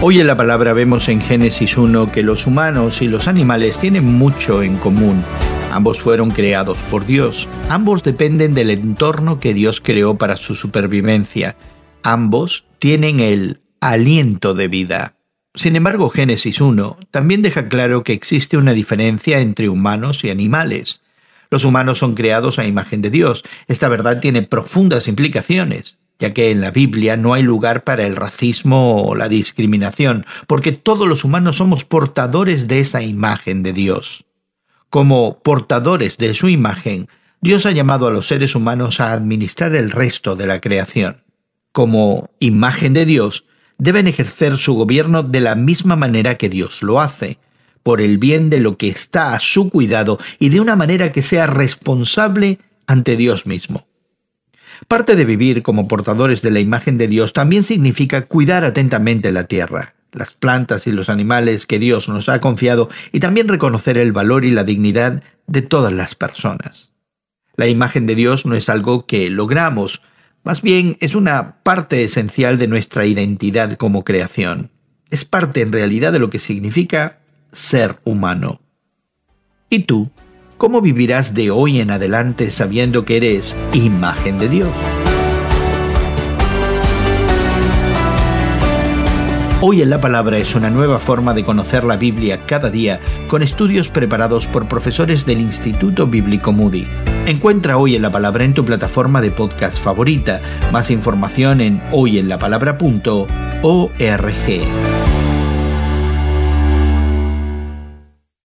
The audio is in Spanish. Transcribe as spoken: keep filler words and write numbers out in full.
Hoy en la palabra vemos en Génesis uno que los humanos y los animales tienen mucho en común. Ambos fueron creados por Dios. Ambos dependen del entorno que Dios creó para su supervivencia. Ambos tienen el aliento de vida. Sin embargo, Génesis uno también deja claro que existe una diferencia entre humanos y animales. Los humanos son creados a imagen de Dios. Esta verdad tiene profundas implicaciones, ya que en la Biblia no hay lugar para el racismo o la discriminación, porque todos los humanos somos portadores de esa imagen de Dios. Como portadores de su imagen, Dios ha llamado a los seres humanos a administrar el resto de la creación. Como imagen de Dios, deben ejercer su gobierno de la misma manera que Dios lo hace, por el bien de lo que está a su cuidado y de una manera que sea responsable ante Dios mismo. Parte de vivir como portadores de la imagen de Dios también significa cuidar atentamente la tierra, las plantas y los animales que Dios nos ha confiado, y también reconocer el valor y la dignidad de todas las personas. La imagen de Dios no es algo que logramos, más bien es una parte esencial de nuestra identidad como creación. Es parte en realidad de lo que significa ser humano. ¿Y tú? ¿Cómo vivirás de hoy en adelante sabiendo que eres imagen de Dios? Hoy en la Palabra es una nueva forma de conocer la Biblia cada día, con estudios preparados por profesores del Instituto Bíblico Moody. Encuentra Hoy en la Palabra en tu plataforma de podcast favorita. Más información en hoy en la palabra punto org.